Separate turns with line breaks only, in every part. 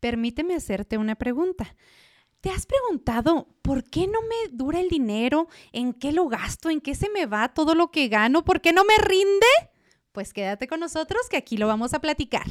permíteme hacerte una pregunta. ¿Te has preguntado por qué no me dura el dinero? ¿En qué lo gasto? ¿En qué se me va todo lo que gano? ¿Por qué no me rinde? Pues quédate con nosotros que aquí lo vamos a platicar.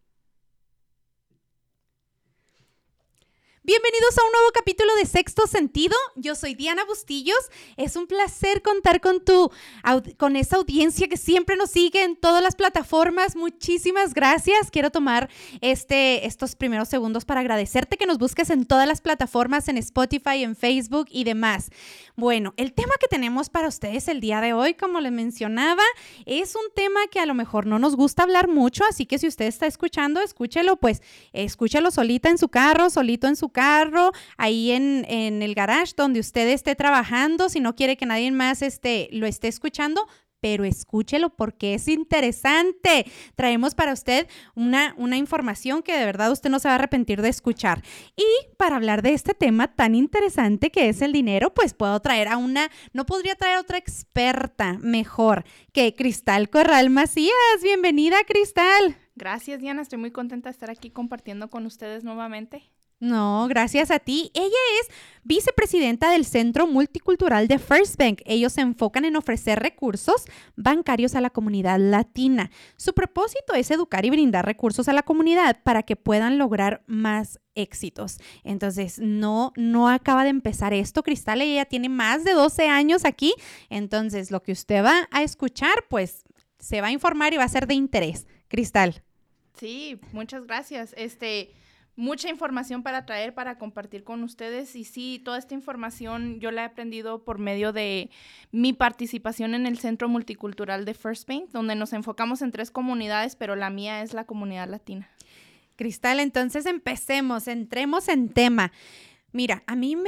Bienvenidos a un nuevo capítulo de Sexto Sentido. Yo soy Diana Bustillos. Es un placer contar con esa audiencia que siempre nos sigue en todas las plataformas. Muchísimas gracias. Quiero tomar estos primeros segundos para agradecerte que nos busques en todas las plataformas, en Spotify, en Facebook y demás. Bueno, el tema que tenemos para ustedes el día de hoy, como les mencionaba, es un tema que a lo mejor no nos gusta hablar mucho, así que si usted está escuchando, escúchelo solito en su carro, ahí en el garage donde usted esté trabajando, si no quiere que nadie más lo esté escuchando, pero escúchelo porque es interesante. Traemos para usted una información que de verdad usted no se va a arrepentir de escuchar. Y para hablar de este tema tan interesante que es el dinero, pues no podría traer otra experta mejor que Cristal Corral Macías. Bienvenida, Cristal.
Gracias, Diana. Estoy muy contenta de estar aquí compartiendo con ustedes nuevamente.
No, gracias a ti. Ella es vicepresidenta del Centro Multicultural de First Bank. Ellos se enfocan en ofrecer recursos bancarios a la comunidad latina. Su propósito es educar y brindar recursos a la comunidad para que puedan lograr más éxitos. Entonces, no acaba de empezar esto, Cristal. Ella tiene más de 12 años aquí. Entonces, lo que usted va a escuchar, pues, se va a informar y va a ser de interés. Cristal.
Sí, muchas gracias. Mucha información para traer, para compartir con ustedes. Y sí, toda esta información yo la he aprendido por medio de mi participación en el Centro Multicultural de First Bank, donde nos enfocamos en 3 comunidades, pero la mía es la comunidad latina.
Cristal, entonces entremos en tema. Mira,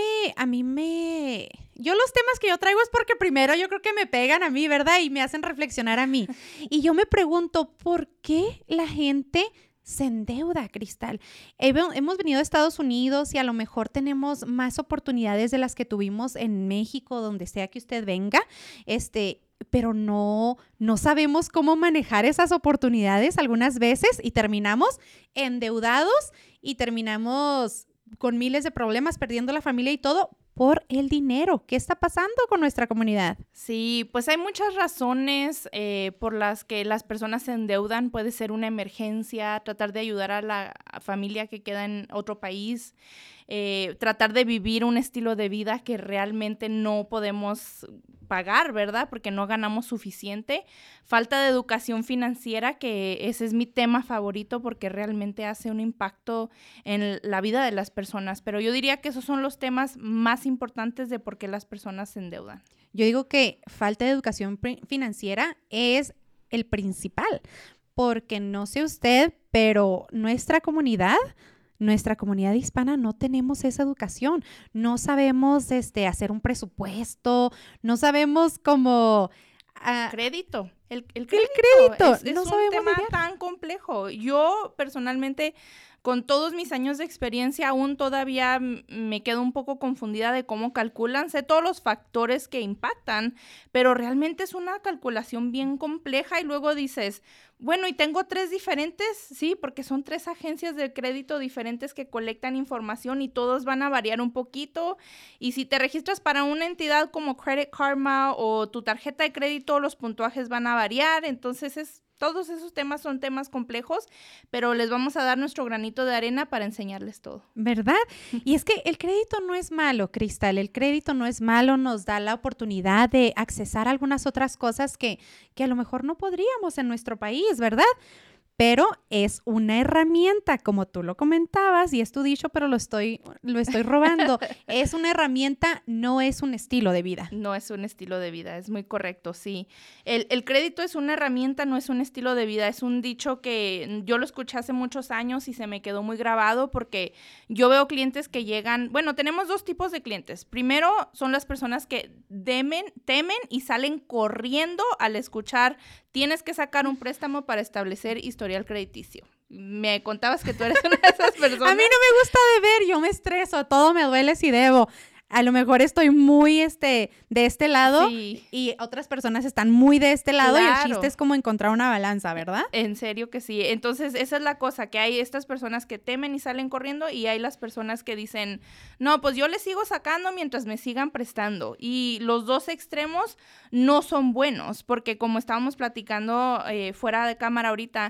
yo los temas que yo traigo es porque primero yo creo que me pegan a mí, ¿verdad? Y me hacen reflexionar a mí. Y yo me pregunto, ¿por qué la gente se endeuda, Cristal? Hemos venido a Estados Unidos y a lo mejor tenemos más oportunidades de las que tuvimos en México, donde sea que usted venga, pero no sabemos cómo manejar esas oportunidades algunas veces y terminamos endeudados y terminamos con miles de problemas, perdiendo la familia y todo por el dinero. ¿Qué está pasando con nuestra comunidad?
Sí, pues hay muchas razones por las que las personas se endeudan. Puede ser una emergencia, tratar de ayudar a la familia que queda en otro país, tratar de vivir un estilo de vida que realmente no podemos pagar, ¿verdad? Porque no ganamos suficiente. Falta de educación financiera, que ese es mi tema favorito porque realmente hace un impacto en la vida de las personas. Pero yo diría que esos son los temas más importantes de por qué las personas se endeudan.
Yo digo que falta de educación financiera es el principal, porque no sé usted, pero nuestra comunidad hispana no tenemos esa educación. No sabemos hacer un presupuesto, no sabemos cómo...
Crédito. El crédito. Es
no
un
sabemos
tema
lidiar.
tan complejo. Yo personalmente, con todos mis años de experiencia, aún todavía me quedo un poco confundida de cómo calculan. Sé todos los factores que impactan, pero realmente es una calculación bien compleja y luego dices, bueno, y tengo 3 diferentes, sí, porque son 3 agencias de crédito diferentes que colectan información y todos van a variar un poquito. Y si te registras para una entidad como Credit Karma o tu tarjeta de crédito, los puntuajes van a variar. Entonces, todos esos temas son temas complejos, pero les vamos a dar nuestro granito de arena para enseñarles todo.
¿Verdad? Y es que el crédito no es malo, Cristal. El crédito no es malo, nos da la oportunidad de accesar a algunas otras cosas que a lo mejor no podríamos en nuestro país, ¿verdad? Pero es una herramienta, como tú lo comentabas, y es tu dicho, pero lo estoy robando. Es una herramienta, no es un estilo de vida.
No es un estilo de vida, es muy correcto, sí. El crédito es una herramienta, no es un estilo de vida. Es un dicho que yo lo escuché hace muchos años y se me quedó muy grabado porque yo veo clientes que llegan... Bueno, tenemos 2 tipos de clientes. Primero son las personas que temen y salen corriendo al escuchar tienes que sacar un préstamo para establecer historial crediticio. Me contabas que tú eres una de esas personas.
A mí no me gusta deber, yo me estreso, todo me duele si debo. a lo mejor estoy muy de este lado
Sí.
y otras personas están muy de este lado y el
Claro.
chiste es como encontrar una balanza, ¿verdad?
En serio que sí. Entonces, esa es la cosa, que hay estas personas que temen y salen corriendo y hay las personas que dicen, no, pues yo les sigo sacando mientras me sigan prestando. Y los dos extremos no son buenos, porque como estábamos platicando fuera de cámara ahorita,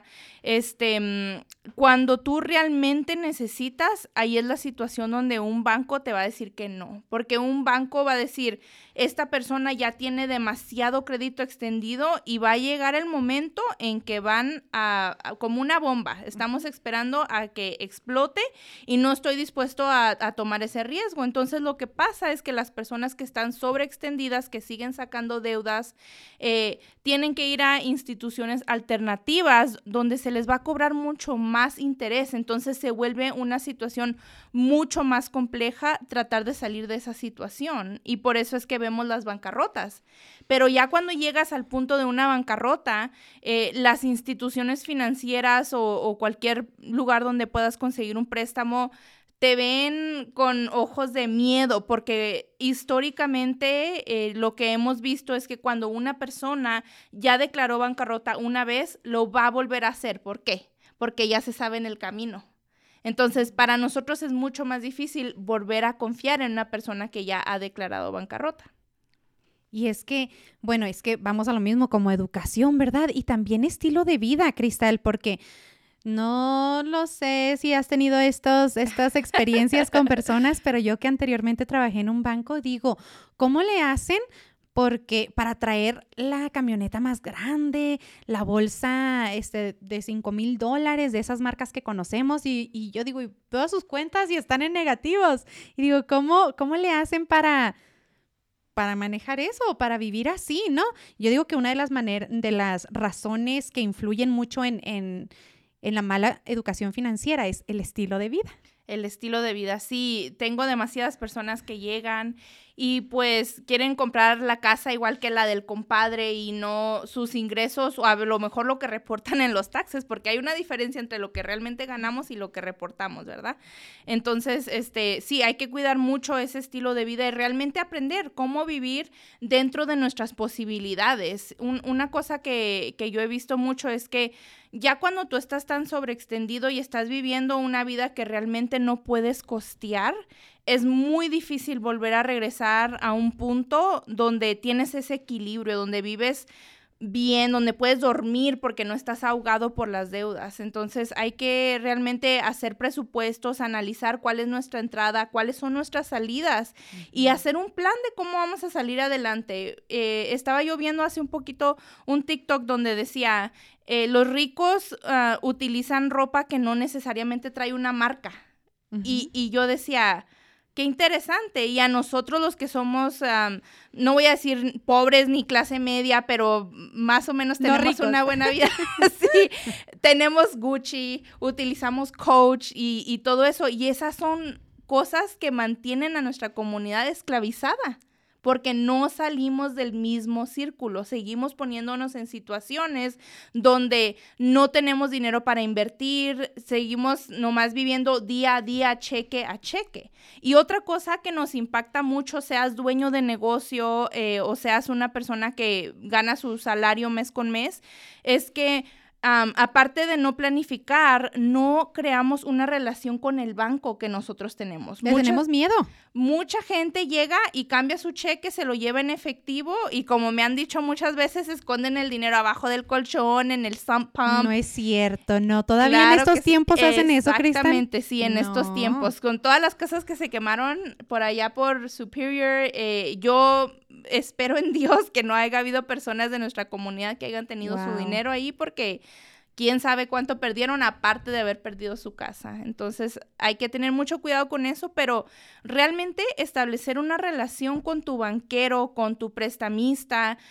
cuando tú realmente necesitas, ahí es la situación donde un banco te va a decir que no, porque un banco va a decir, esta persona ya tiene demasiado crédito extendido y va a llegar el momento en que van como una bomba, estamos esperando a que explote y no estoy dispuesto a tomar ese riesgo. Entonces lo que pasa es que las personas que están sobreextendidas, que siguen sacando deudas, tienen que ir a instituciones alternativas donde se les va a cobrar mucho más interés. Entonces se vuelve una situación mucho más compleja tratar de salir de esa situación y por eso es que vemos las bancarrotas. Pero ya cuando llegas al punto de una bancarrota, las instituciones financieras o cualquier lugar donde puedas conseguir un préstamo te ven con ojos de miedo, porque históricamente lo que hemos visto es que cuando una persona ya declaró bancarrota una vez, lo va a volver a hacer. ¿Por qué? Porque ya se sabe en el camino. Entonces, para nosotros es mucho más difícil volver a confiar en una persona que ya ha declarado bancarrota.
Y es que, bueno, es que vamos a lo mismo como educación, ¿verdad? Y también estilo de vida, Cristal, porque no lo sé si has tenido estas experiencias con personas, pero yo que anteriormente trabajé en un banco, digo, ¿cómo le hacen? Porque para traer la camioneta más grande, la bolsa de $5,000, de esas marcas que conocemos, y yo digo, y veo sus cuentas y están en negativos. Y digo, ¿cómo le hacen para manejar eso, para vivir así, ¿no? Yo digo que una de las razones que influyen mucho en la mala educación financiera es el estilo de vida.
El estilo de vida, sí. Tengo demasiadas personas que llegan y pues quieren comprar la casa igual que la del compadre y no sus ingresos o a lo mejor lo que reportan en los taxes, porque hay una diferencia entre lo que realmente ganamos y lo que reportamos, ¿verdad? Entonces, sí, hay que cuidar mucho ese estilo de vida y realmente aprender cómo vivir dentro de nuestras posibilidades. Una cosa que yo he visto mucho es que ya cuando tú estás tan sobreextendido y estás viviendo una vida que realmente no puedes costear, es muy difícil volver a regresar a un punto donde tienes ese equilibrio, donde vives bien, donde puedes dormir porque no estás ahogado por las deudas. Entonces hay que realmente hacer presupuestos, analizar cuál es nuestra entrada, cuáles son nuestras salidas y hacer un plan de cómo vamos a salir adelante. Estaba yo viendo hace un poquito un TikTok donde decía, los ricos utilizan ropa que no necesariamente trae una marca. Uh-huh. Y yo decía, qué interesante. Y a nosotros los que somos, no voy a decir pobres ni clase media, pero más o menos tenemos una buena vida. Sí, tenemos Gucci, utilizamos Coach y todo eso. Y esas son cosas que mantienen a nuestra comunidad esclavizada, porque no salimos del mismo círculo, seguimos poniéndonos en situaciones donde no tenemos dinero para invertir, seguimos nomás viviendo día a día, cheque a cheque. Y otra cosa que nos impacta mucho, seas dueño de negocio o seas una persona que gana su salario mes con mes, es que aparte de no planificar, no creamos una relación con el banco que nosotros tenemos.
Tenemos miedo.
Mucha gente llega y cambia su cheque, se lo lleva en efectivo y como me han dicho muchas veces, esconden el dinero abajo del colchón, en el sump pump.
No es cierto, no. Todavía en estos tiempos hacen eso, Cristal.
Exactamente, sí, en estos tiempos. Con todas las casas que se quemaron por allá por Superior, yo espero en Dios que no haya habido personas de nuestra comunidad que hayan tenido su dinero ahí porque quién sabe cuánto perdieron aparte de haber perdido su casa. Entonces hay que tener mucho cuidado con eso, pero realmente establecer una relación con tu banquero, con tu prestamista,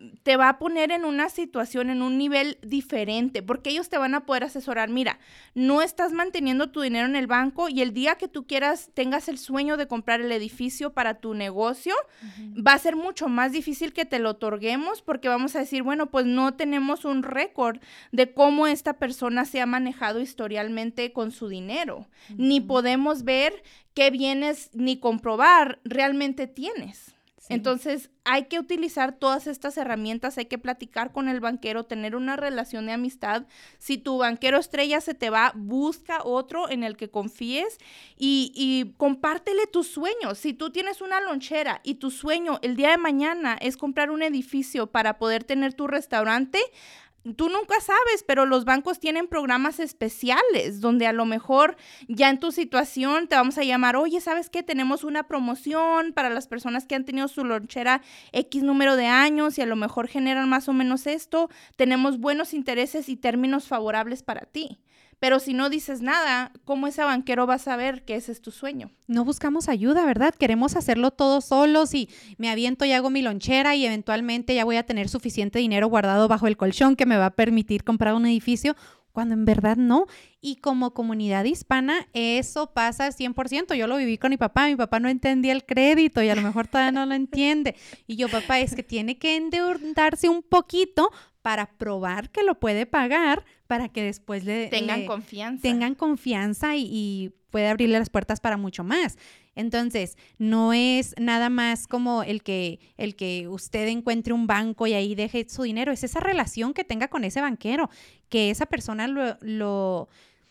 te va a poner en una situación, en un nivel diferente, porque ellos te van a poder asesorar. Mira, no estás manteniendo tu dinero en el banco y el día que tú quieras, tengas el sueño de comprar el edificio para tu negocio, va a ser mucho más difícil que te lo otorguemos porque vamos a decir, bueno, pues no tenemos un récord de cómo esta persona se ha manejado historialmente con su dinero, ni podemos ver qué bienes ni comprobar realmente tienes. Sí. Entonces, hay que utilizar todas estas herramientas, hay que platicar con el banquero, tener una relación de amistad. Si tu banquero estrella se te va, busca otro en el que confíes y compártele tus sueños. Si tú tienes una lonchera y tu sueño el día de mañana es comprar un edificio para poder tener tu restaurante, tú nunca sabes, pero los bancos tienen programas especiales donde a lo mejor ya en tu situación te vamos a llamar, oye, ¿sabes qué? Tenemos una promoción para las personas que han tenido su lonchera X número de años y a lo mejor generan más o menos esto. Tenemos buenos intereses y términos favorables para ti. Pero si no dices nada, ¿cómo ese banquero va a saber que ese es tu sueño?
No buscamos ayuda, ¿verdad? Queremos hacerlo todos solos y me aviento y hago mi lonchera y eventualmente ya voy a tener suficiente dinero guardado bajo el colchón que me va a permitir comprar un edificio, cuando en verdad no. Y como comunidad hispana, eso pasa 100%. Yo lo viví con mi papá no entendía el crédito y a lo mejor todavía no lo entiende. Y yo, papá, es que tiene que endeudarse un poquito para probar que lo puede pagar, para que después
tengan
confianza y puede abrirle las puertas para mucho más. Entonces, no es nada más como el que usted encuentre un banco y ahí deje su dinero, es esa relación que tenga con ese banquero, que esa persona lo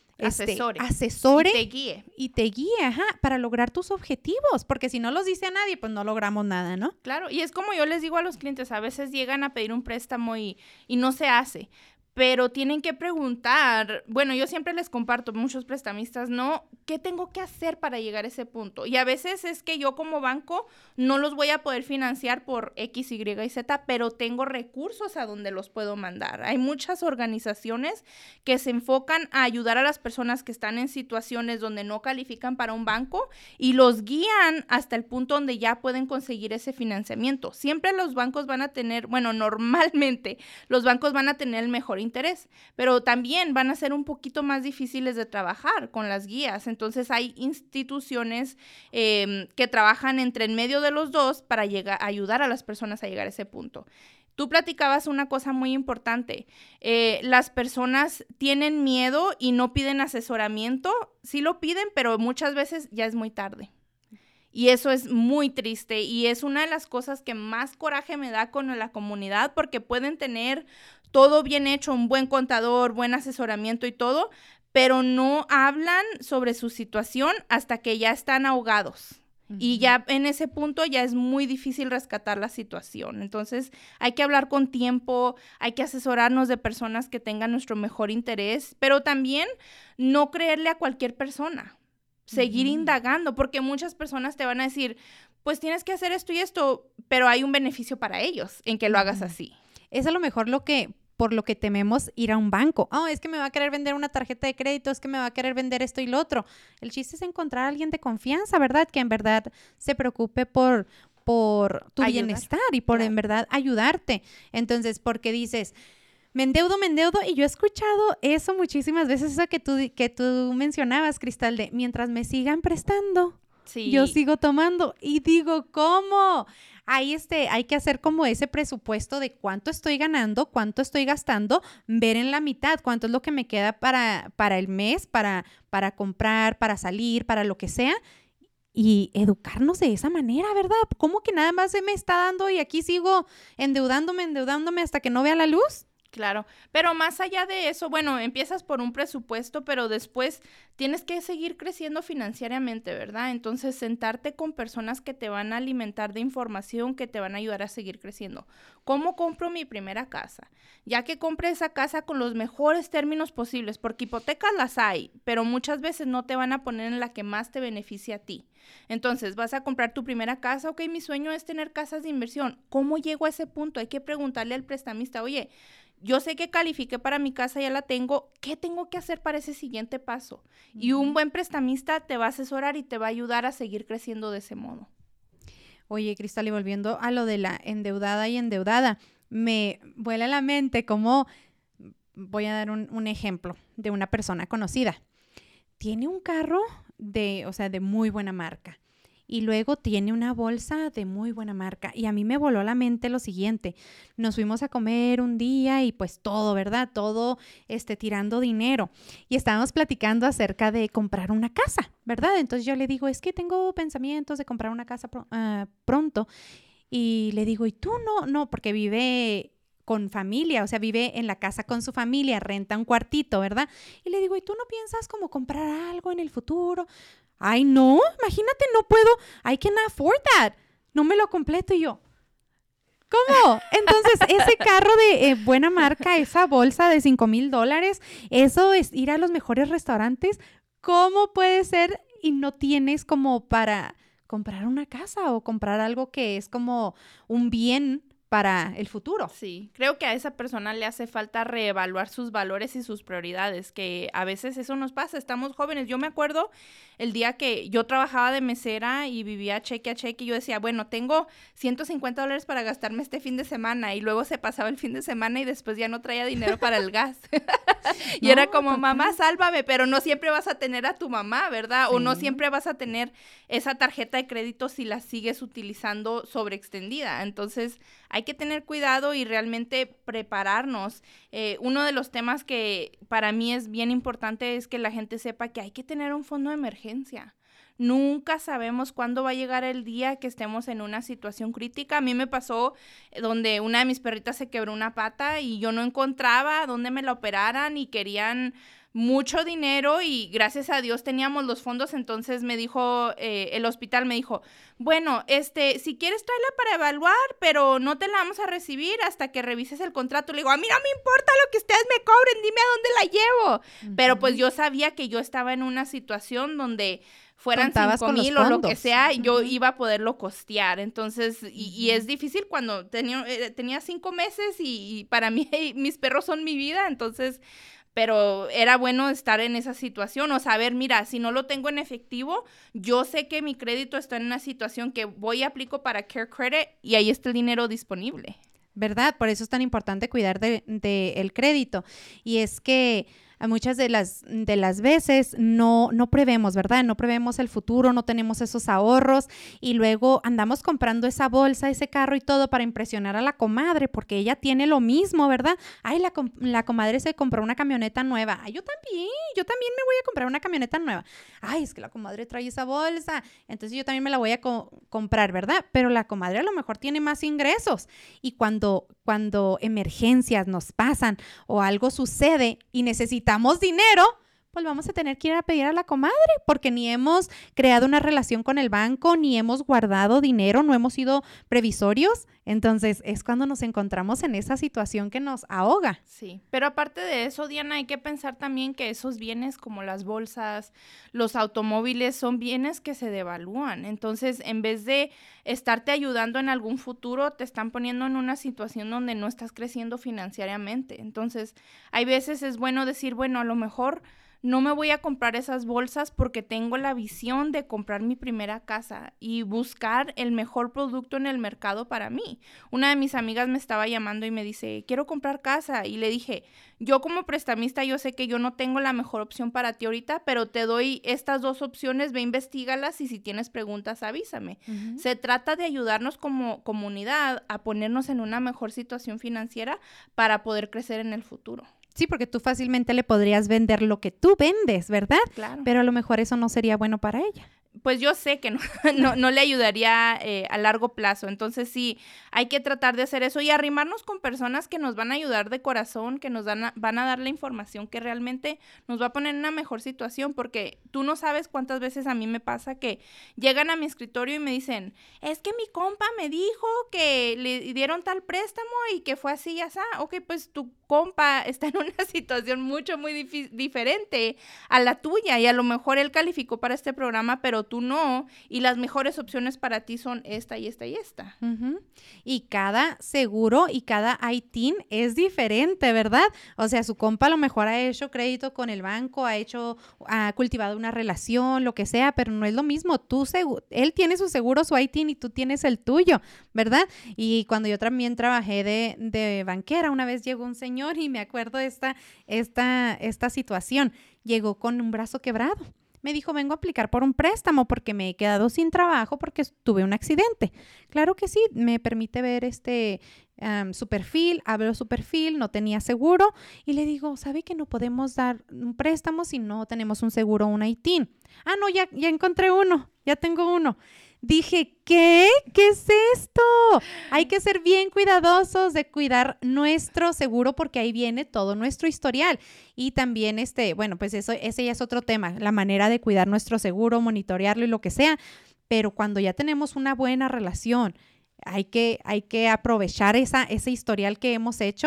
asesore y te guíe, para lograr tus objetivos, porque si no los dice a nadie, pues no logramos nada, ¿no?
Claro, y es como yo les digo a los clientes, a veces llegan a pedir un préstamo y no se hace, pero tienen que preguntar, bueno, yo siempre les comparto, muchos prestamistas, ¿no? ¿Qué tengo que hacer para llegar a ese punto? Y a veces es que yo como banco no los voy a poder financiar por X, Y y Z, pero tengo recursos a donde los puedo mandar. Hay muchas organizaciones que se enfocan a ayudar a las personas que están en situaciones donde no califican para un banco y los guían hasta el punto donde ya pueden conseguir ese financiamiento. Siempre los bancos van a tener, bueno, normalmente los bancos van a tener el mejor interés, pero también van a ser un poquito más difíciles de trabajar con las guías. Entonces hay instituciones que trabajan entre en medio de los dos para ayudar a las personas a llegar a ese punto. Tú platicabas una cosa muy importante. Las personas tienen miedo y no piden asesoramiento. Sí lo piden, pero muchas veces ya es muy tarde. Y eso es muy triste y es una de las cosas que más coraje me da con la comunidad, porque pueden tener todo bien hecho, un buen contador, buen asesoramiento y todo, pero no hablan sobre su situación hasta que ya están ahogados. Uh-huh. Y ya en ese punto ya es muy difícil rescatar la situación. Entonces hay que hablar con tiempo, hay que asesorarnos de personas que tengan nuestro mejor interés, pero también no creerle a cualquier persona. Seguir indagando, porque muchas personas te van a decir, pues tienes que hacer esto y esto, pero hay un beneficio para ellos en que lo hagas así.
Es a lo mejor por lo que tememos ir a un banco. Oh, es que me va a querer vender una tarjeta de crédito, es que me va a querer vender esto y lo otro. El chiste es encontrar a alguien de confianza, ¿verdad? Que en verdad se preocupe por tu bienestar y por en verdad ayudarte. Entonces, porque dices, me endeudo, y yo he escuchado eso muchísimas veces, eso que tú mencionabas, Cristal, de mientras me sigan prestando, yo sigo tomando. Y digo, ¿cómo? Hay que hacer como ese presupuesto de cuánto estoy ganando, cuánto estoy gastando, ver en la mitad cuánto es lo que me queda para el mes, para comprar, para salir, para lo que sea, y educarnos de esa manera, ¿verdad? ¿Cómo que nada más se me está dando y aquí sigo endeudándome hasta que no vea la luz?
Claro, pero más allá de eso, bueno, empiezas por un presupuesto, pero después tienes que seguir creciendo financieramente, ¿verdad? Entonces, sentarte con personas que te van a alimentar de información, que te van a ayudar a seguir creciendo. ¿Cómo compro mi primera casa? Ya que compre esa casa con los mejores términos posibles, porque hipotecas las hay, pero muchas veces no te van a poner en la que más te beneficie a ti. Entonces, vas a comprar tu primera casa, ok, mi sueño es tener casas de inversión. ¿Cómo llego a ese punto? Hay que preguntarle al prestamista, oye, yo sé que califiqué para mi casa, ya la tengo, ¿qué tengo que hacer para ese siguiente paso? Uh-huh. Y un buen prestamista te va a asesorar y te va a ayudar a seguir creciendo de ese modo.
Oye, Cristal, y volviendo a lo de la endeudada y endeudada, me vuela a la mente como, voy a dar un ejemplo de una persona conocida. Tiene un carro de muy buena marca. Y luego tiene una bolsa de muy buena marca. Y a mí me voló la mente lo siguiente. Nos fuimos a comer un día y pues todo, ¿verdad? Todo tirando dinero. Y estábamos platicando acerca de comprar una casa, ¿verdad? Entonces yo le digo, es que tengo pensamientos de comprar una casa pronto. Y le digo, ¿y tú no? Porque vive con familia, o sea, vive en la casa con su familia, renta un cuartito, ¿verdad? Y le digo, ¿y tú no piensas como comprar algo en el futuro? Ay, no, imagínate, no puedo, I cannot afford that, no me lo completo. Y yo, ¿cómo? Entonces, ese carro de buena marca, esa bolsa de $5,000, eso es ir a los mejores restaurantes, ¿cómo puede ser? Y no tienes como para comprar una casa o comprar algo que es como un bien para el futuro.
Sí, creo que a esa persona le hace falta reevaluar sus valores y sus prioridades, que a veces eso nos pasa, estamos jóvenes. Yo me acuerdo el día que yo trabajaba de mesera y vivía cheque a cheque y yo decía, bueno, tengo $150 para gastarme este fin de semana, y luego se pasaba el fin de semana y después ya no traía dinero para el gas. Y era como, total, mamá, sálvame, pero no siempre vas a tener a tu mamá, ¿verdad? Sí. O no siempre vas a tener esa tarjeta de crédito si la sigues utilizando sobreextendida. Entonces, hay que tener cuidado y realmente prepararnos. Uno de los temas que para mí es bien importante es que la gente sepa que hay que tener un fondo de emergencia. Nunca sabemos cuándo va a llegar el día que estemos en una situación crítica. A mí me pasó donde una de mis perritas se quebró una pata y yo no encontraba dónde me la operaran y querían mucho dinero, y gracias a Dios teníamos los fondos. Entonces me dijo, el hospital me dijo, bueno, si quieres tráela para evaluar, pero no te la vamos a recibir hasta que revises el contrato. Le digo, a mí no me importa lo que ustedes me cobren, dime a dónde la llevo. Uh-huh. Pero pues yo sabía que yo estaba en una situación donde fueran 5,000 o lo que sea, yo iba a poderlo costear. Entonces, y es difícil cuando tenía 5 meses y para mí mis perros son mi vida, entonces, pero era bueno estar en esa situación o saber, mira, si no lo tengo en efectivo, yo sé que mi crédito está en una situación que voy y aplico para Care Credit y ahí está el dinero disponible.
¿Verdad? Por eso es tan importante cuidar el crédito. Y es que muchas de las veces no prevemos, ¿verdad? No prevemos el futuro, no tenemos esos ahorros y luego andamos comprando esa bolsa, ese carro y todo para impresionar a la comadre porque ella tiene lo mismo, ¿verdad? Ay, la comadre se compró una camioneta nueva. Ay, yo también me voy a comprar una camioneta nueva. Ay, es que la comadre trae esa bolsa, entonces yo también me la voy a comprar, ¿verdad? Pero la comadre a lo mejor tiene más ingresos y cuando emergencias nos pasan o algo sucede y necesitamos dinero, pues vamos a tener que ir a pedir a la comadre porque ni hemos creado una relación con el banco, ni hemos guardado dinero, no hemos sido previsorios. Entonces es cuando nos encontramos en esa situación que nos ahoga.
Sí, pero aparte de eso, Diana, hay que pensar también que esos bienes como las bolsas, los automóviles, son bienes que se devalúan. Entonces, en vez de estarte ayudando en algún futuro, te están poniendo en una situación donde no estás creciendo financieramente. Entonces, hay veces es bueno decir, bueno, a lo mejor no me voy a comprar esas bolsas porque tengo la visión de comprar mi primera casa y buscar el mejor producto en el mercado para mí. Una de mis amigas me estaba llamando y me dice, quiero comprar casa. Y le dije, yo como prestamista, yo sé que yo no tengo la mejor opción para ti ahorita, pero te doy estas 2 opciones, ve, investígalas y si tienes preguntas, avísame. Uh-huh. Se trata de ayudarnos como comunidad a ponernos en una mejor situación financiera para poder crecer en el futuro.
Sí, porque tú fácilmente le podrías vender lo que tú vendes, ¿verdad?
Claro.
Pero a lo mejor eso no sería bueno para ella.
Pues yo sé que no le ayudaría a largo plazo. Entonces sí, hay que tratar de hacer eso y arrimarnos con personas que nos van a ayudar de corazón, que nos van a dar la información que realmente nos va a poner en una mejor situación, porque tú no sabes cuántas veces a mí me pasa que llegan a mi escritorio y me dicen, es que mi compa me dijo que le dieron tal préstamo y que fue así y así. Ok, pues tu compa está en una situación muy diferente a la tuya y a lo mejor él calificó para este programa, pero tú no, y las mejores opciones para ti son esta y esta y esta.
Uh-huh. Y cada seguro y cada ITIN es diferente, ¿verdad? O sea, su compa a lo mejor ha hecho crédito con el banco, ha cultivado una relación, lo que sea, pero no es lo mismo. Él tiene su seguro, su ITIN, y tú tienes el tuyo, ¿verdad? Y cuando yo también trabajé de banquera, una vez llegó un señor y me acuerdo de esta situación. Llegó con un brazo quebrado. Me dijo, vengo a aplicar por un préstamo porque me he quedado sin trabajo porque tuve un accidente. Claro que sí, me permite ver su perfil, abro su perfil, no tenía seguro y le digo, ¿sabe que no podemos dar un préstamo si no tenemos un seguro o un ITIN? Ah, no, ya encontré uno, ya tengo uno. Dije, ¿qué? ¿Qué es esto? Hay que ser bien cuidadosos de cuidar nuestro seguro porque ahí viene todo nuestro historial. Y también, bueno, pues ese ya es otro tema, la manera de cuidar nuestro seguro, monitorearlo y lo que sea. Pero cuando ya tenemos una buena relación, hay que aprovechar ese historial que hemos hecho,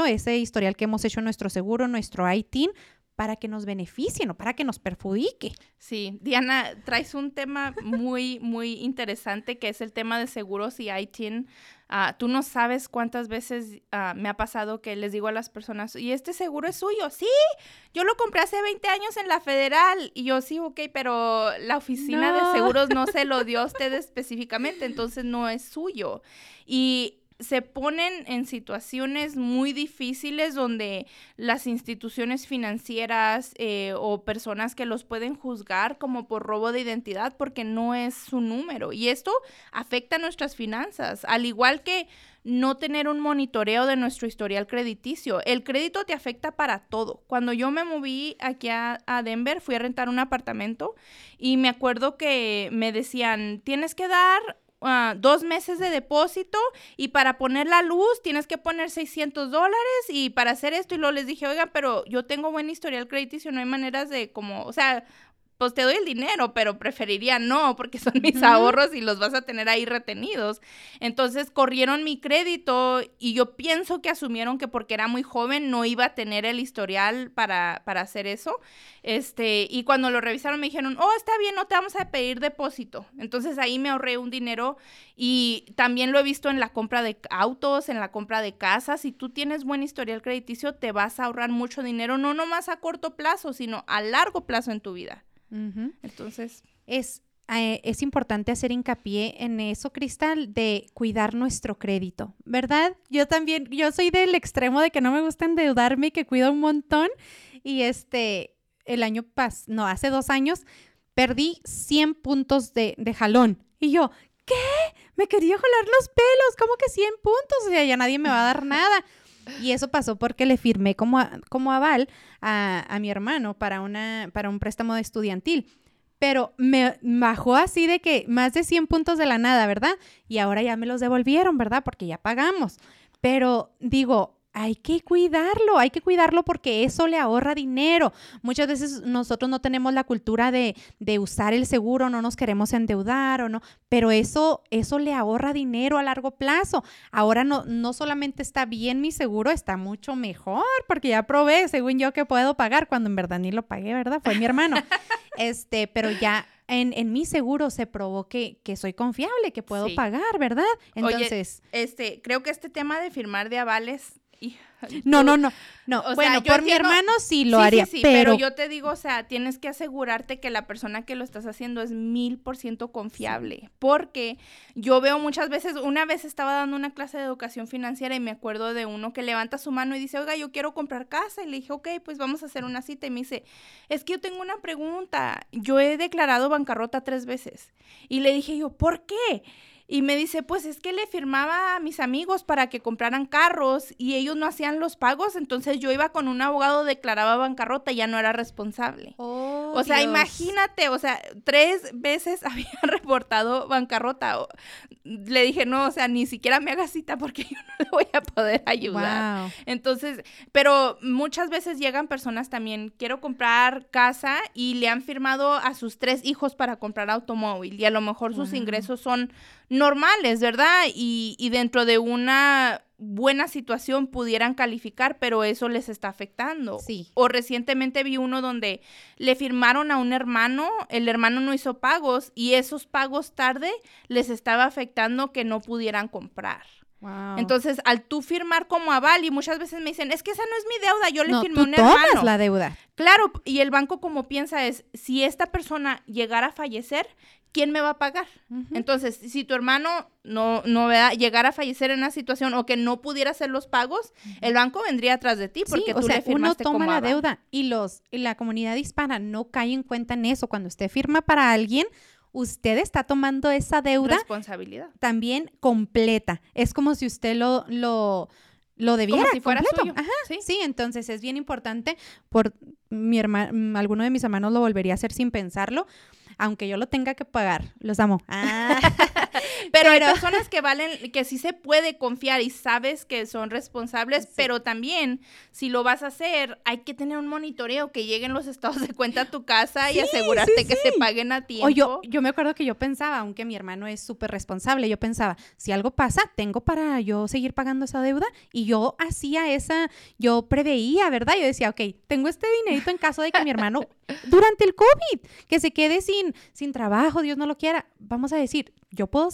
en nuestro seguro, nuestro ITIN, para que nos beneficie, no para que nos perjudique.
Sí, Diana, traes un tema muy, muy interesante que es el tema de seguros y ITIN. Tú no sabes cuántas veces me ha pasado que les digo a las personas, ¿y este seguro es suyo? Sí, yo lo compré hace 20 años en la Federal. Y yo, sí, ok, pero la oficina de seguros no se lo dio a usted específicamente, entonces no es suyo. Y se ponen en situaciones muy difíciles donde las instituciones financieras o personas que los pueden juzgar como por robo de identidad porque no es su número. Y esto afecta nuestras finanzas, al igual que no tener un monitoreo de nuestro historial crediticio. El crédito te afecta para todo. Cuando yo me moví aquí a Denver, fui a rentar un apartamento y me acuerdo que me decían, tienes que dar 2 meses de depósito y para poner la luz tienes que poner $600 y para hacer esto. Y luego les dije, oigan, pero yo tengo buen historial crediticio, no hay maneras de pues te doy el dinero, pero preferiría no, porque son mis ahorros y los vas a tener ahí retenidos. Entonces corrieron mi crédito y yo pienso que asumieron que porque era muy joven no iba a tener el historial para hacer eso. Y cuando lo revisaron me dijeron, oh, está bien, no te vamos a pedir depósito. Entonces ahí me ahorré un dinero y también lo he visto en la compra de autos, en la compra de casas. Si tú tienes buen historial crediticio, te vas a ahorrar mucho dinero, no nomás a corto plazo, sino a largo plazo en tu vida.
Uh-huh.
Entonces
es importante hacer hincapié en eso, Cristal, de cuidar nuestro crédito, ¿verdad? Yo soy del extremo de que no me gusta endeudarme y que cuido un montón y hace 2 años perdí 100 puntos de jalón y yo, ¿qué? Me quería jalar los pelos, ¿cómo que 100 puntos? O sea, ya nadie me va a dar nada. Y eso pasó porque le firmé como aval a mi hermano para un préstamo de estudiantil. Pero me bajó así de que más de 100 puntos de la nada, ¿verdad? Y ahora ya me los devolvieron, ¿verdad? Porque ya pagamos. Pero digo, hay que cuidarlo porque eso le ahorra dinero. Muchas veces nosotros no tenemos la cultura de usar el seguro, no nos queremos endeudar o no, pero eso le ahorra dinero a largo plazo. Ahora no solamente está bien mi seguro, está mucho mejor porque ya probé, según yo, que puedo pagar cuando en verdad ni lo pagué, ¿verdad? Fue mi hermano. Pero ya en mi seguro se probó que soy confiable, que puedo pagar, ¿verdad? Entonces,
oye, creo que este tema de firmar de avales
No. Bueno, por mi hermano sí lo haría,
sí, pero yo te digo, o sea, tienes que asegurarte que la persona que lo estás haciendo es 1000% confiable, sí. Porque yo veo muchas veces, una vez estaba dando una clase de educación financiera y me acuerdo de uno que levanta su mano y dice, oiga, yo quiero comprar casa, y le dije, ok, pues vamos a hacer una cita, y me dice, es que yo tengo una pregunta, yo he declarado bancarrota 3 veces, y le dije yo, ¿por qué? Y me dice, pues es que le firmaba a mis amigos para que compraran carros y ellos no hacían los pagos, entonces yo iba con un abogado, declaraba bancarrota y ya no era responsable.
Oh,
o sea,
Dios.
Imagínate, o sea, 3 veces había reportado bancarrota. Le dije, no, o sea, ni siquiera me haga cita porque yo no le voy a poder ayudar.
Wow.
Entonces, pero muchas veces llegan personas también, quiero comprar casa y le han firmado a sus 3 hijos para comprar automóvil y a lo mejor sus ingresos son normales, ¿verdad? Y dentro de una buena situación pudieran calificar, pero eso les está afectando.
Sí.
O recientemente vi uno donde le firmaron a un hermano, el hermano no hizo pagos y esos pagos tarde les estaba afectando que no pudieran comprar.
Wow.
Entonces, al tú firmar como aval, y muchas veces me dicen, es que esa no es mi deuda, yo le firmé a un
tú tomas
hermano.
la deuda.
Claro, y el banco como piensa es, si esta persona llegara a fallecer, ¿quién me va a pagar?
Uh-huh.
Entonces, si tu hermano no llegara a fallecer en una situación o que no pudiera hacer los pagos, el banco vendría atrás de ti porque tú le firmaste
uno toma
como
la
aval.
deuda y la comunidad hispana no cae en cuenta en eso. Cuando usted firma para alguien, usted está tomando esa deuda
Responsabilidad.
también completa. Es como si usted lo debiera
como si fuera
completo.
suyo.
Ajá,
¿Sí?
sí, entonces es bien importante. Por mi hermano, alguno de mis hermanos lo volvería a hacer sin pensarlo, aunque yo lo tenga que pagar. Los amo.
Pero hay personas que sí se puede confiar y sabes que son responsables, sí. Pero también, si lo vas a hacer, hay que tener un monitoreo, que lleguen los estados de cuenta a tu casa y asegurarte que se paguen a tiempo.
O yo me acuerdo que yo pensaba, aunque mi hermano es súper responsable, yo pensaba, si algo pasa, tengo para yo seguir pagando esa deuda, y yo yo preveía, ¿verdad? Yo decía, ok, tengo este dinerito en caso de que mi hermano, durante el COVID, que se quede sin trabajo, Dios no lo quiera, vamos a decir, yo puedo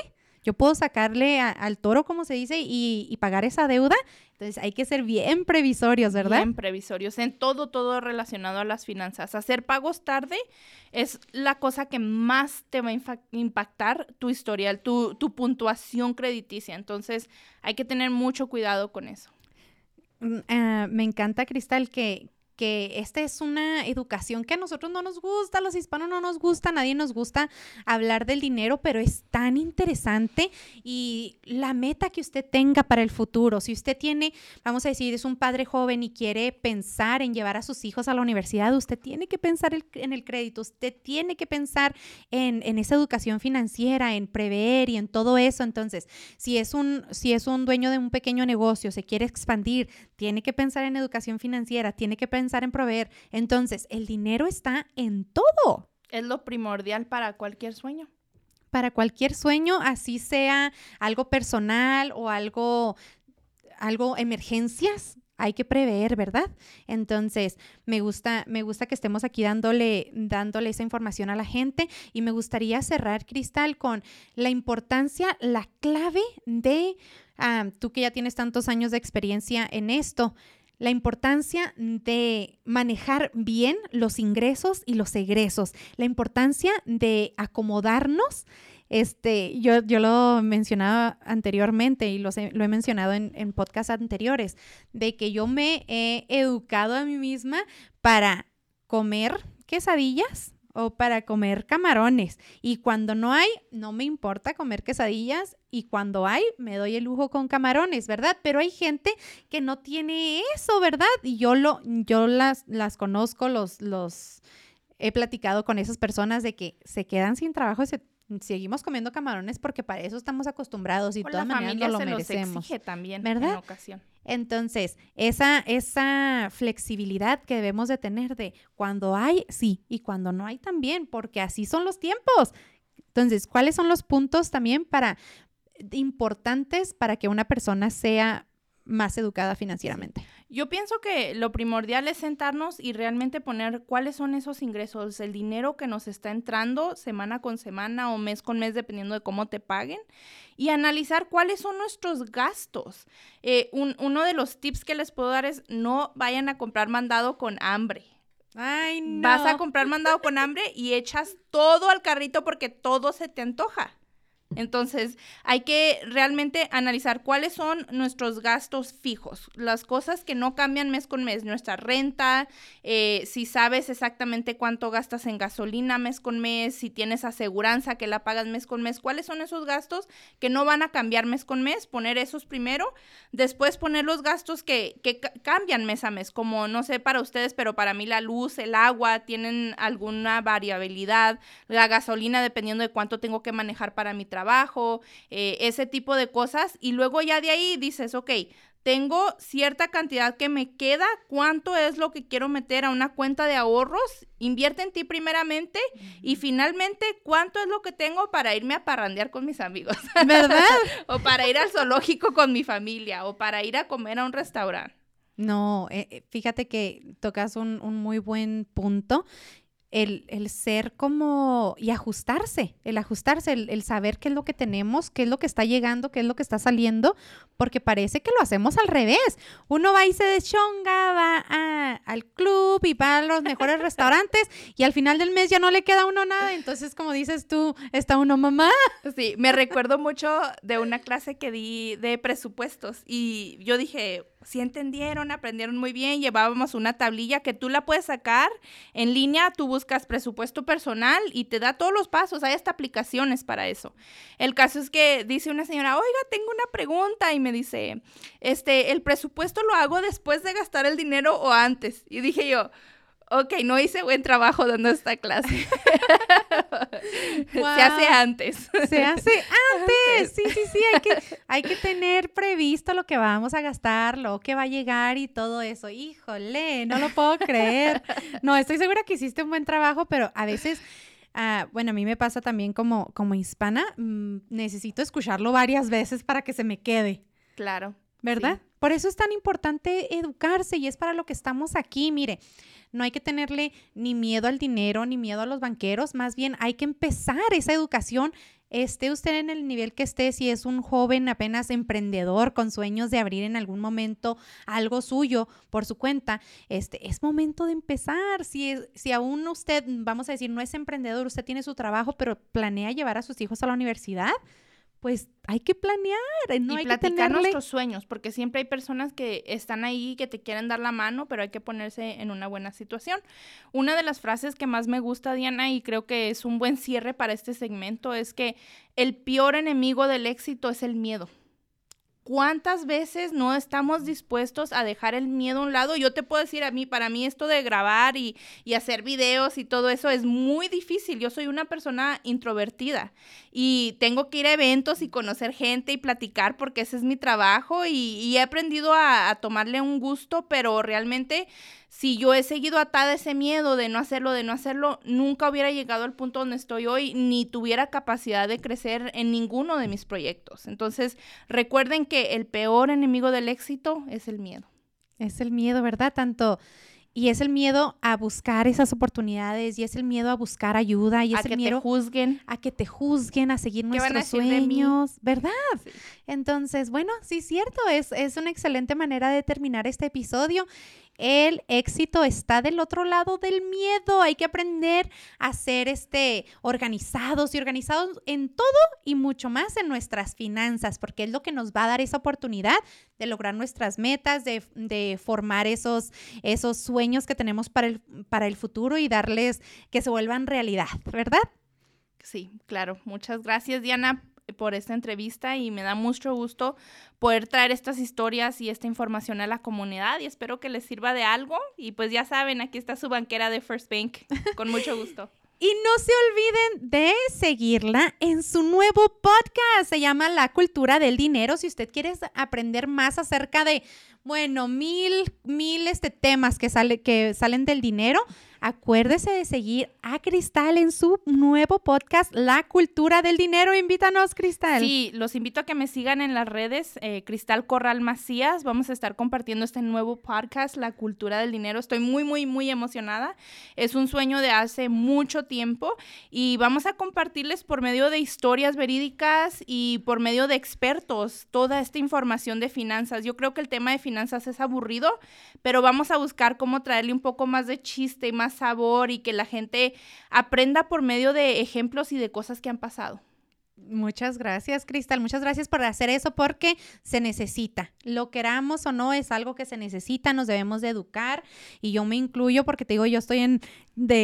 sacarle al toro, como se dice, y pagar esa deuda. Entonces hay que ser bien previsorios, ¿verdad?
Bien previsorios en todo relacionado a las finanzas. Hacer pagos tarde es la cosa que más te va a impactar tu historial, tu puntuación crediticia. Entonces hay que tener mucho cuidado con eso.
Me encanta, Cristal, que esta es una educación que a nosotros no nos gusta, a los hispanos no nos gusta, a nadie nos gusta hablar del dinero, pero es tan interesante. Y la meta que usted tenga para el futuro, si usted tiene, vamos a decir, es un padre joven y quiere pensar en llevar a sus hijos a la universidad, usted tiene que pensar en el crédito, usted tiene que pensar en esa educación financiera, en prever y en todo eso. Entonces, si es un dueño de un pequeño negocio, se quiere expandir, tiene que pensar en educación financiera, tiene que pensar en proveer. Entonces, el dinero está en todo.
Es lo primordial para cualquier sueño.
Para cualquier sueño, así sea algo personal o algo emergencias, hay que prever, ¿verdad? Entonces, me gusta que estemos aquí dándole esa información a la gente, y me gustaría cerrar, Cristal, con la importancia, la clave de, tú que ya tienes tantos años de experiencia en esto, la importancia de manejar bien los ingresos y los egresos, la importancia de acomodarnos. Yo lo mencionaba anteriormente y lo he mencionado en podcasts anteriores, de que yo me he educado a mí misma para comer quesadillas o para comer camarones, y cuando no hay, no me importa comer quesadillas, y cuando hay, me doy el lujo con camarones, ¿verdad? Pero hay gente que no tiene eso, ¿verdad? Y yo las conozco, los he platicado con esas personas de que se quedan sin trabajo y seguimos comiendo camarones porque para eso estamos acostumbrados y de todas maneras no lo merecemos.
Los exige también,
¿verdad?
En ocasión.
Entonces, esa flexibilidad que debemos de tener de cuando hay, sí, y cuando no hay también, porque así son los tiempos. Entonces, ¿cuáles son los puntos también importantes para que una persona sea más educada financieramente?
Yo pienso que lo primordial es sentarnos y realmente poner cuáles son esos ingresos, el dinero que nos está entrando semana con semana o mes con mes, dependiendo de cómo te paguen, y analizar cuáles son nuestros gastos. Uno de los tips que les puedo dar es no vayan a comprar mandado con hambre.
Ay, no.
Vas a comprar mandado con hambre y echas todo al carrito porque todo se te antoja. Entonces, hay que realmente analizar cuáles son nuestros gastos fijos, las cosas que no cambian mes con mes, nuestra renta, si sabes exactamente cuánto gastas en gasolina mes con mes, si tienes aseguranza que la pagas mes con mes, cuáles son esos gastos que no van a cambiar mes con mes, poner esos primero, después poner los gastos que cambian mes a mes, como no sé para ustedes, pero para mí la luz, el agua, tienen alguna variabilidad, la gasolina dependiendo de cuánto tengo que manejar para mi trabajo, trabajo, ese tipo de cosas. Y luego ya de ahí dices, ok, tengo cierta cantidad que me queda, ¿cuánto es lo que quiero meter a una cuenta de ahorros? Invierte en ti primeramente y finalmente, ¿cuánto es lo que tengo para irme a parrandear con mis amigos?
¿Verdad?
O para ir al zoológico con mi familia, o para ir a comer a un restaurante.
No, fíjate que tocas un muy buen punto. El ser como y ajustarse, el saber qué es lo que tenemos, qué es lo que está llegando, qué es lo que está saliendo, porque parece que lo hacemos al revés. Uno va y se deschonga, va al club y va a los mejores restaurantes y al final del mes ya no le queda a uno nada. Entonces, como dices tú, está uno mamá.
Sí, me recuerdo mucho de una clase que di de presupuestos y yo dije, sí entendieron, aprendieron muy bien, llevábamos una tablilla que tú la puedes sacar en línea, tú buscas presupuesto personal y te da todos los pasos, hay hasta aplicaciones para eso. El caso es que dice una señora, oiga, tengo una pregunta, y me dice, ¿el presupuesto lo hago después de gastar el dinero o antes? Y dije yo, ok, no hice buen trabajo dando esta clase.
Wow.
Se hace antes.
Se hace antes. Sí, hay que tener previsto lo que vamos a gastar, lo que va a llegar y todo eso. Híjole, no lo puedo creer. No, estoy segura que hiciste un buen trabajo, pero a veces, bueno, a mí me pasa también como hispana, necesito escucharlo varias veces para que se me quede.
Claro.
¿Verdad?
Sí.
Por eso es tan importante educarse y es para lo que estamos aquí. Mire, no hay que tenerle ni miedo al dinero, ni miedo a los banqueros, más bien hay que empezar esa educación. Esté usted en el nivel que esté, si es un joven apenas emprendedor con sueños de abrir en algún momento algo suyo por su cuenta, es momento de empezar. Si aún usted, vamos a decir, no es emprendedor, usted tiene su trabajo, pero planea llevar a sus hijos a la universidad, pues hay que planear, no
y
hay
platicar
que tenerle...
nuestros sueños, porque siempre hay personas que están ahí que te quieren dar la mano, pero hay que ponerse en una buena situación. Una de las frases que más me gusta, Diana, y creo que es un buen cierre para este segmento, es que el peor enemigo del éxito es el miedo. ¿Cuántas veces no estamos dispuestos a dejar el miedo a un lado? Yo te puedo decir, para mí esto de grabar y hacer videos y todo eso es muy difícil. Yo soy una persona introvertida y tengo que ir a eventos y conocer gente y platicar porque ese es mi trabajo y he aprendido a tomarle un gusto, pero realmente si yo he seguido atada a ese miedo de no hacerlo, nunca hubiera llegado al punto donde estoy hoy, ni tuviera capacidad de crecer en ninguno de mis proyectos. Entonces, recuerden que el peor enemigo del éxito es el miedo.
Es el miedo, ¿verdad? Y es el miedo a buscar esas oportunidades, y es el miedo a buscar ayuda, y es el miedo a que te juzguen, a seguir nuestros sueños, ¿verdad? Sí. Entonces, bueno, sí, cierto, es una excelente manera de terminar este episodio. El éxito está del otro lado del miedo. Hay que aprender a ser organizados en todo y mucho más en nuestras finanzas, porque es lo que nos va a dar esa oportunidad de lograr nuestras metas, de formar esos sueños que tenemos para el futuro y darles que se vuelvan realidad, ¿verdad?
Sí, claro. Muchas gracias, Diana, por esta entrevista, y me da mucho gusto poder traer estas historias y esta información a la comunidad, y espero que les sirva de algo. Y pues ya saben, aquí está su banquera de First Bank, con mucho gusto.
Y no se olviden de seguirla en su nuevo podcast. Se llama La Cultura del Dinero. Si usted quiere aprender más acerca de, bueno, mil temas que salen del dinero, acuérdese de seguir a Cristal en su nuevo podcast, La Cultura del Dinero. Invítanos, Cristal.
Sí, los invito a que me sigan en las redes, Cristal Corral Macías. Vamos a estar compartiendo este nuevo podcast, La Cultura del Dinero. Estoy muy, muy, muy emocionada. Es un sueño de hace mucho tiempo y vamos a compartirles por medio de historias verídicas y por medio de expertos toda esta información de finanzas. Yo creo que el tema de finanzas es aburrido, pero vamos a buscar cómo traerle un poco más de chiste y más sabor y que la gente aprenda por medio de ejemplos y de cosas que han pasado.
Muchas gracias, Cristal. Muchas gracias por hacer eso, porque se necesita. Lo queramos o no, es algo que se necesita, nos debemos de educar, y yo me incluyo porque te digo, yo estoy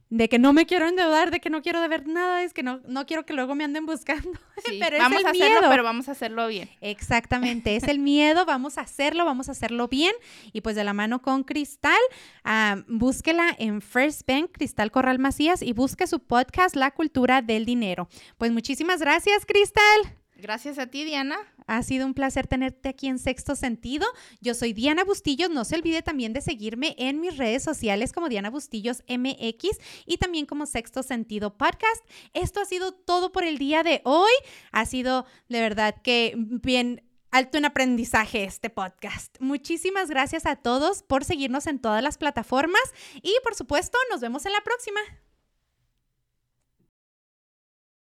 de que no me quiero endeudar, de que no quiero deber nada, es que no quiero que luego me anden buscando.
Sí,
pero
vamos
es el
a hacerlo,
miedo.
pero vamos a hacerlo bien.
Exactamente, es el miedo, vamos a hacerlo bien. Y pues de la mano con Cristal, búsquela en First Bank, Cristal Corral Macías, y busque su podcast La Cultura del Dinero. Pues muchísimas gracias, Cristal.
Gracias a ti, Diana.
Ha sido un placer tenerte aquí en Sexto Sentido. Yo soy Diana Bustillos. No se olvide también de seguirme en mis redes sociales como Diana Bustillos MX y también como Sexto Sentido Podcast. Esto ha sido todo por el día de hoy. Ha sido de verdad que bien alto en aprendizaje este podcast. Muchísimas gracias a todos por seguirnos en todas las plataformas y por supuesto nos vemos en la próxima.